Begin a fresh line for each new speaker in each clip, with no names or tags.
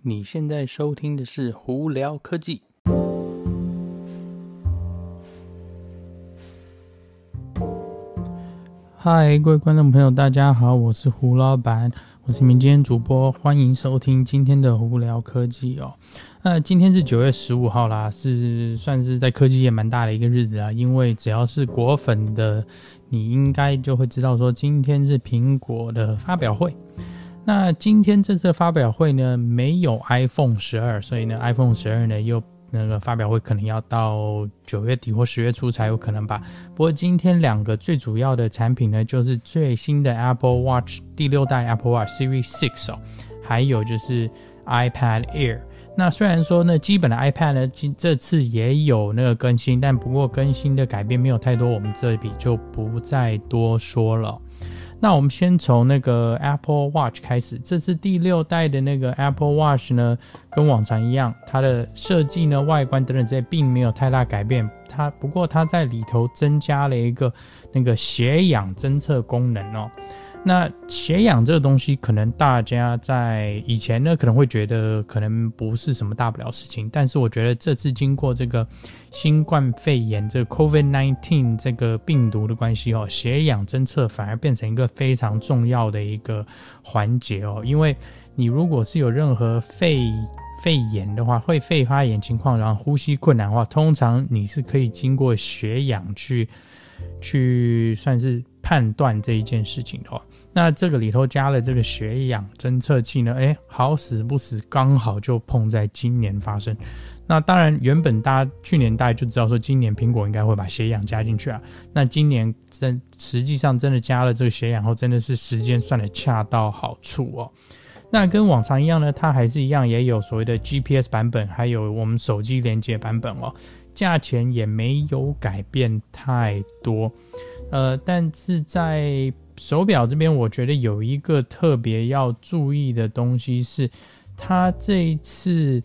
你现在收听的是胡聊科技。嗨，各位观众朋友，大家好，我是胡老板，我是民间主播，欢迎收听今天的胡聊科技哦。今天是9月15号啦，算是在科技业蛮大的一个日子啊，因为只要是果粉的，你应该就会知道说今天是苹果的发表会。那今天这次的发表会呢，没有 iPhone 12，所以呢 iPhone 12呢又那个发表会可能要到9月底或10月初才有可能吧。不过今天两个最主要的产品呢，就是最新的 Apple Watch 第6代 Apple Watch Series 6还有就是 iPad Air。那虽然说呢，基本的 iPad 呢，这次也有那个更新，但不过更新的改变没有太多，我们这里就不再多说了。那我们先从那个 Apple Watch 开始，这次第6代的那个 Apple Watch 呢，跟往常一样，它的设计呢、外观等等这些并没有太大改变。不过它在里头增加了一个那个血氧侦测功能哦。那血氧这个东西，可能大家在以前呢可能会觉得可能不是什么大不了事情，但是我觉得这次经过这个新冠肺炎这个 COVID-19 这个病毒的关系哦，血氧侦测反而变成一个非常重要的一个环节哦。因为你如果是有任何肺炎的话，会肺发炎情况，然后呼吸困难的话，通常你是可以经过血氧去算是判断这一件事情的哦。那这个里头加了这个血氧侦测器呢，好死不死刚好就碰在今年发生。那当然原本去年大家就知道说今年苹果应该会把血氧加进去啊。那今年实际上真的加了这个血氧后，真的是时间算得恰到好处哦。那跟往常一样呢，它还是一样也有所谓的 GPS 版本，还有我们手机连接版本哦。价钱也没有改变太多，但是在手表这边，我觉得有一个特别要注意的东西是，它这一次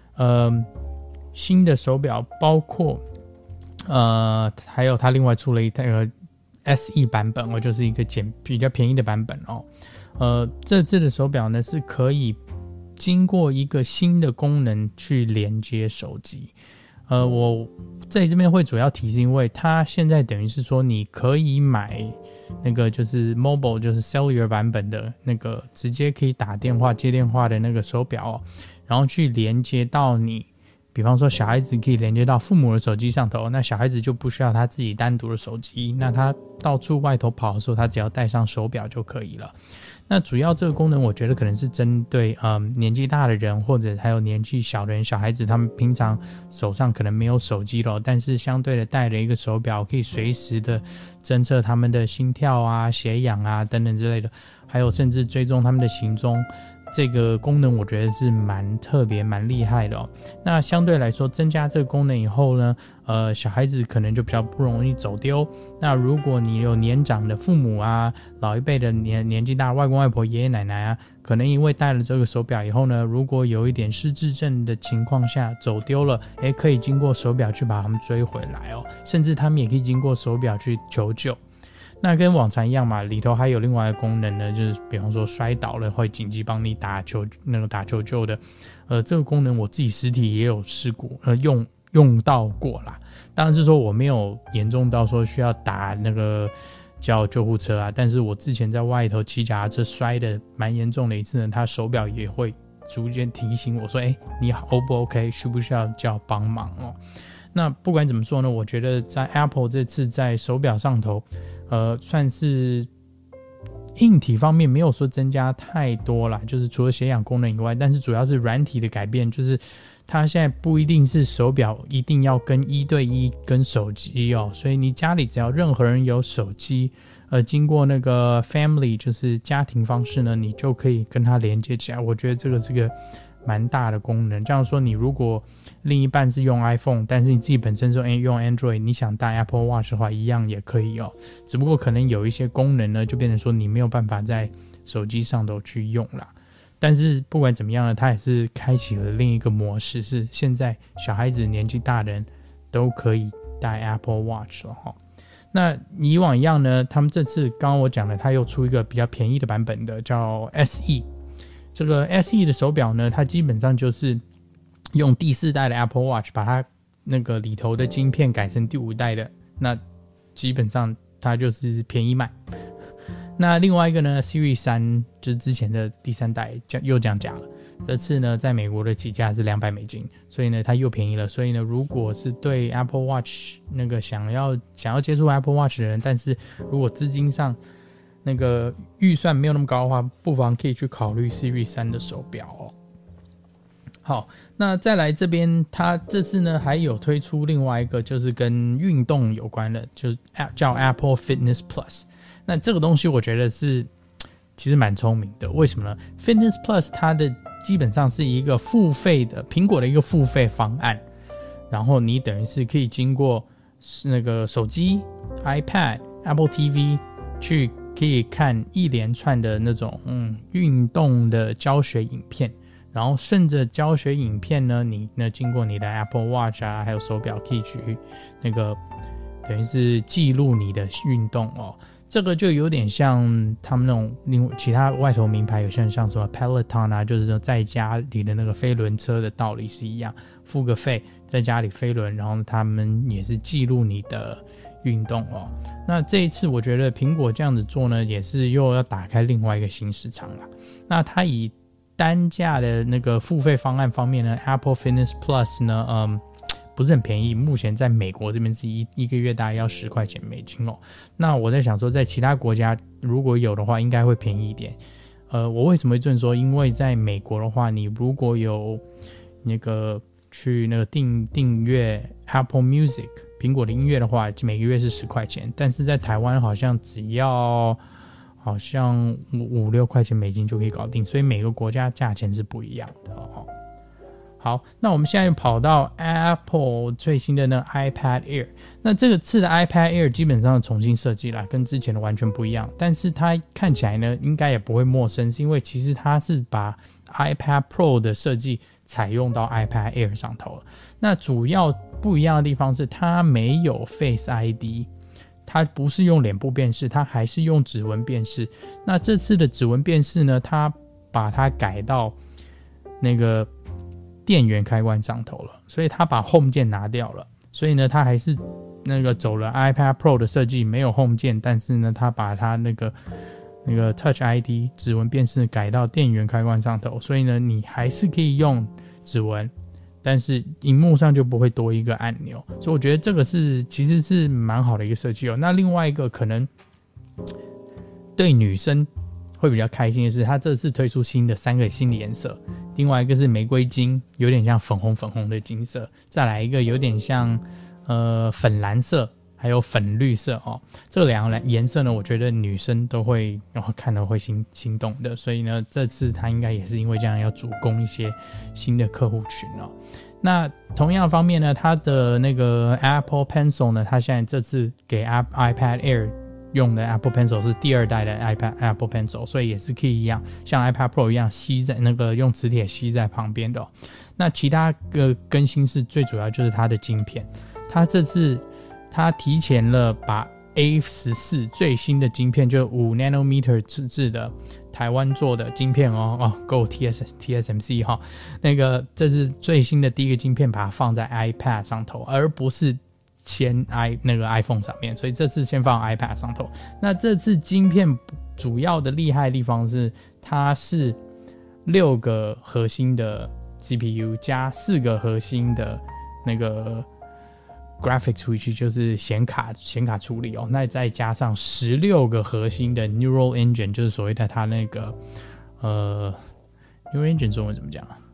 新的手表包括还有它另外出了一个 SE 版本哦，就是一个比较便宜的版本哦。这次的手表呢是可以经过一个新的功能去连接手机。我在这边会主要提示，因为它现在等于是说你可以买那个就是 mobile 就是 cellular 版本的那个直接可以打电话接电话的那个手表哦，然后去连接到你比方说小孩子可以连接到父母的手机上头，那小孩子就不需要他自己单独的手机，那他到处外头跑的时候，他只要带上手表就可以了。那主要这个功能我觉得可能是针对年纪大的人，或者还有年纪小的人，小孩子他们平常手上可能没有手机了，但是相对的带了一个手表，可以随时的侦测他们的心跳啊、血氧啊等等之类的，还有甚至追踪他们的行踪。这个功能我觉得是蛮特别蛮厉害的哦。那相对来说增加这个功能以后呢，小孩子可能就比较不容易走丢。那如果你有年长的父母啊，老一辈的年纪大外公外婆爷爷奶奶啊，可能因为戴了这个手表以后呢，如果有一点失智症的情况下走丢了，可以经过手表去把他们追回来哦，甚至他们也可以经过手表去求救。那跟往常一样嘛，里头还有另外一个功能呢，就是比方说摔倒了会紧急帮你打求救的。这个功能我自己实体也有试过，用到过啦。当然是说我没有严重到说需要打那个叫救护车啊，但是我之前在外头骑脚踏车摔的蛮严重的一次呢，他手表也会逐渐提醒我说，你好 O 不 OK， 需不需要叫帮忙哦？那不管怎么说呢，我觉得在 Apple 这次在手表上头算是硬体方面没有说增加太多啦，就是除了血氧功能以外，但是主要是软体的改变，就是它现在不一定是手表一定要跟1对1跟手机哦，所以你家里只要任何人有手机，经过那个 family 就是家庭方式呢，你就可以跟它连接起来。我觉得这个是个蛮大的功能。这样说，你如果另一半是用 iPhone， 但是你自己本身是用 Android， 你想戴 Apple Watch 的话，一样也可以哦。只不过可能有一些功能呢，就变成说你没有办法在手机上头去用啦。但是不管怎么样呢，它也是开启了另一个模式，是现在小孩子、年纪大的人都可以戴 Apple Watch 了哈。那以往一样呢，他们这次刚刚我讲的，它又出一个比较便宜的版本的，叫 SE。 这个 SE 的手表呢，它基本上就是用第4代的 Apple Watch 把它那个里头的晶片改成第5代的，那基本上它就是便宜卖。那另外一个呢 Series 3就是之前的第3代又降价了，这次呢在美国的起价是$200，所以呢它又便宜了。所以呢如果是对 Apple Watch 那个想要接触 Apple Watch 的人，但是如果资金上那个预算没有那么高的话，不妨可以去考虑 Series 3的手表哦。好，那再来这边，它这次呢还有推出另外一个就是跟运动有关的，就是叫 Apple Fitness Plus。那这个东西我觉得是其实蛮聪明的，为什么呢？ Fitness Plus 它的基本上是一个付费的苹果的一个付费方案，然后你等于是可以经过那个手机 iPad、Apple TV 去可以看一连串的那种运动的教学影片，然后顺着教学影片呢，你呢经过你的 Apple Watch 啊还有手表可以去那个等于是记录你的运动哦。这个就有点像他们那种其他外头名牌，有像什么 Peloton 啊，就是说在家里的那个飞轮车的道理是一样，付个费在家里飞轮，然后他们也是记录你的运动哦。那这一次我觉得苹果这样子做呢，也是又要打开另外一个新市场了。那它以单价的那个付费方案方面呢 ，Apple Fitness Plus 呢，不是很便宜，目前在美国这边是一个月大概要$10$10哦。那我在想说，在其他国家如果有的话，应该会便宜一点。我为什么会这么说？因为在美国的话，你如果有那个去那个订阅 Apple Music 苹果的音乐的话，每个月是$10，但是在台湾好像只要5、6块钱美金就可以搞定，所以每个国家价钱是不一样的哦。好，那我们现在跑到 Apple 最新的那个 iPad Air， 那这个次的 iPad Air 基本上重新设计啦，跟之前的完全不一样，但是它看起来呢应该也不会陌生，是因为其实它是把 iPad Pro 的设计采用到 iPad Air 上头了。那主要不一样的地方是它没有 Face ID， 它不是用脸部辨识，它还是用指纹辨识。那这次的指纹辨识呢，它把它改到那个电源开关上头了，所以他把 Home 键拿掉了，所以呢他还是那个走了 iPad Pro 的设计，没有 Home 键，但是呢他把他那个 Touch ID 指纹辨识改到电源开关上头，所以呢你还是可以用指纹，但是萤幕上就不会多一个按钮，所以我觉得这个其实是蛮好的一个设计哦。那另外一个可能对女生会比较开心的是，它这次推出3个新的颜色，另外一个是玫瑰金，有点像粉红的金色，再来一个有点像粉蓝色，还有粉绿色哦。这两个颜色呢，我觉得女生都会看了会心动的，所以呢，这次它应该也是因为这样要主攻一些新的客户群哦。那同样的方面呢，它的那个 Apple Pencil 呢，它现在这次给 iPad Air用的 Apple Pencil 是第2代的 Apple Pencil， 所以也是可以一样像 iPad Pro 一样吸在那个用磁铁吸在旁边的哦。那其他个更新是最主要就是它的晶片，它这次它提前了把 A14 最新的晶片，就5 nanometer 制的台湾做的晶片Go TSMC 哈，那个这是最新的第一个晶片，把它放在 iPad 上头，而不是那个 iPhone 上面，所以这次先放 iPad 上头。那这次晶片主要的厉害的地方是，它是6个核心的 CPU 加4个核心的那个 Graphic Switch， 就是显卡处理哦。那再加上16个核心的 Neural Engine， 就是所谓的它那个Neural Engine 中文怎么讲啊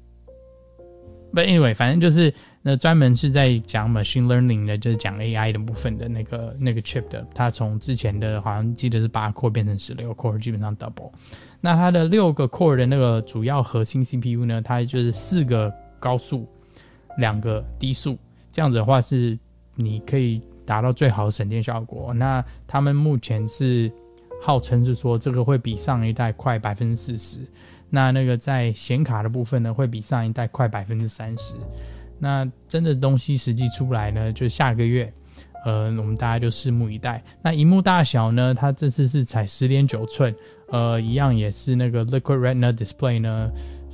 ？But anyway， 反正就是专门是在讲 machine learning 的，就是讲 AI 的部分的那个 chip 的，它从之前的好像记得是8 core 变成16 core， 基本上 double。那它的6个 core 的那个主要核心 CPU 呢，它就是4个高速，2个低速，这样子的话是你可以达到最好的省电效果。那他们目前是号称是说这个会比上一代快 40%。那个在显卡的部分呢，会比上一代快 30%。那真的东西实际出来呢，就下个月我们大家就拭目以待。那萤幕大小呢，它这次是采 10.9 寸，一样也是那个 Liquid Retina Display 呢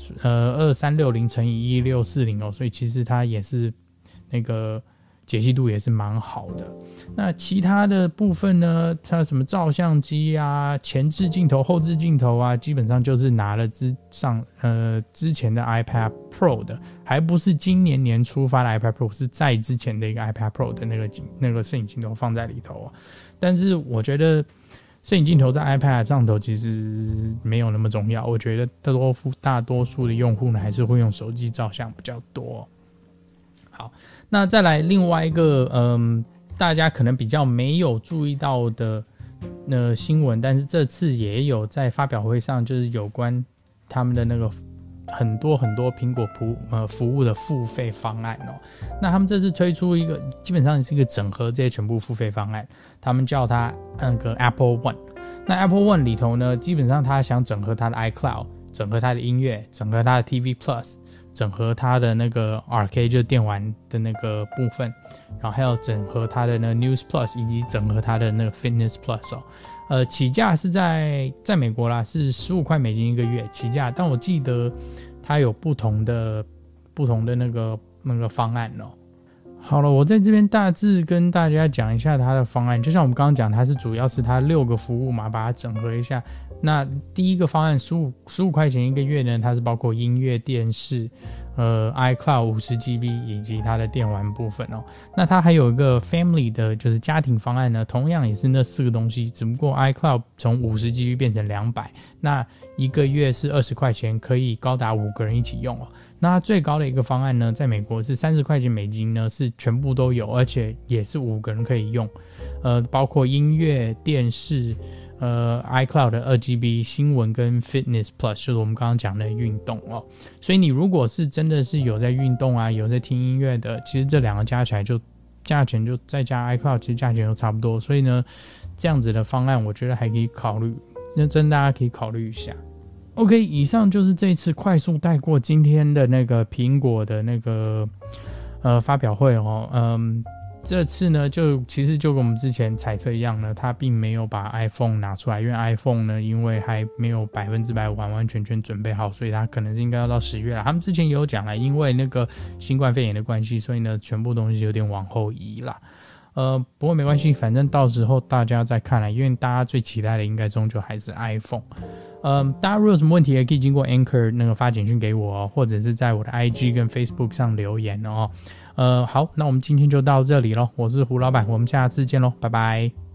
2360×1640哦，所以其实它也是那个解析度也是蛮好的。那其他的部分呢，它什么照相机啊、前置镜头、后置镜头啊，基本上就是拿了之前的 iPad Pro 的，还不是今年年初发的 iPad Pro， 是在之前的一个 iPad Pro 的那个摄影镜头放在里头。但是我觉得摄影镜头在 iPad 上头其实没有那么重要，我觉得大多数的用户呢还是会用手机照相比较多。好，那再来另外一个大家可能比较没有注意到的新闻，但是这次也有在发表会上，就是有关他们的那个很多苹果服务的付费方案哦。那他们这次推出一个基本上是一个整合这些全部付费方案，他们叫它那个 Apple One。那 Apple One 里头呢，基本上他想整合他的 iCloud， 整合他的音乐，整合他的 TV Plus， 整合他的那个 Arcade 就是电玩的那个部分，然后还有整合他的那个 News Plus， 以及整合他的那个 Fitness Plus 哦。起价是在美国啦，是$15美金一个月起价，但我记得它有不同的那个方案哦。好了，我在这边大致跟大家讲一下它的方案。就像我们刚刚讲，它是主要是它6个服务嘛，把它整合一下。那第一个方案15块钱一个月呢，它是包括音乐、电视、iCloud 50GB 以及它的电玩部分哦。那它还有一个 Family 的，就是家庭方案呢，同样也是那4个东西，只不过 iCloud 从50GB 变成200，那一个月是20块钱，可以高达5个人一起用哦。那它最高的一个方案呢，在美国是30块钱美金呢，是全部都有，而且也是5个人可以用，包括音乐、电视、iCloud 的2GB 新闻跟 Fitness Plus， 就是我们刚刚讲的运动哦。所以你如果是真的是有在运动啊，有在听音乐的，其实这2个加起来就价钱就再加 iCloud， 其实价钱都差不多。所以呢，这样子的方案我觉得还可以考虑，那真的大家可以考虑一下。OK， 以上就是这一次快速带过今天的那个苹果的那个发表会哦。这次呢其实就跟我们之前猜测一样呢，它并没有把 iPhone 拿出来，因为 iPhone 呢因为还没有100%完完全全准备好，所以它可能是应该要到10月了。他们之前也有讲了，因为那个新冠肺炎的关系，所以呢全部东西有点往后移啦。不过没关系，反正到时候大家再看啦，因为大家最期待的应该终究还是 iPhone。大家如果有什么问题也可以经过 Anchor 那个发简讯给我哦，或者是在我的 IG 跟 Facebook 上留言哦。好，那我们今天就到这里咯，我是胡老板，我们下次见咯，拜拜。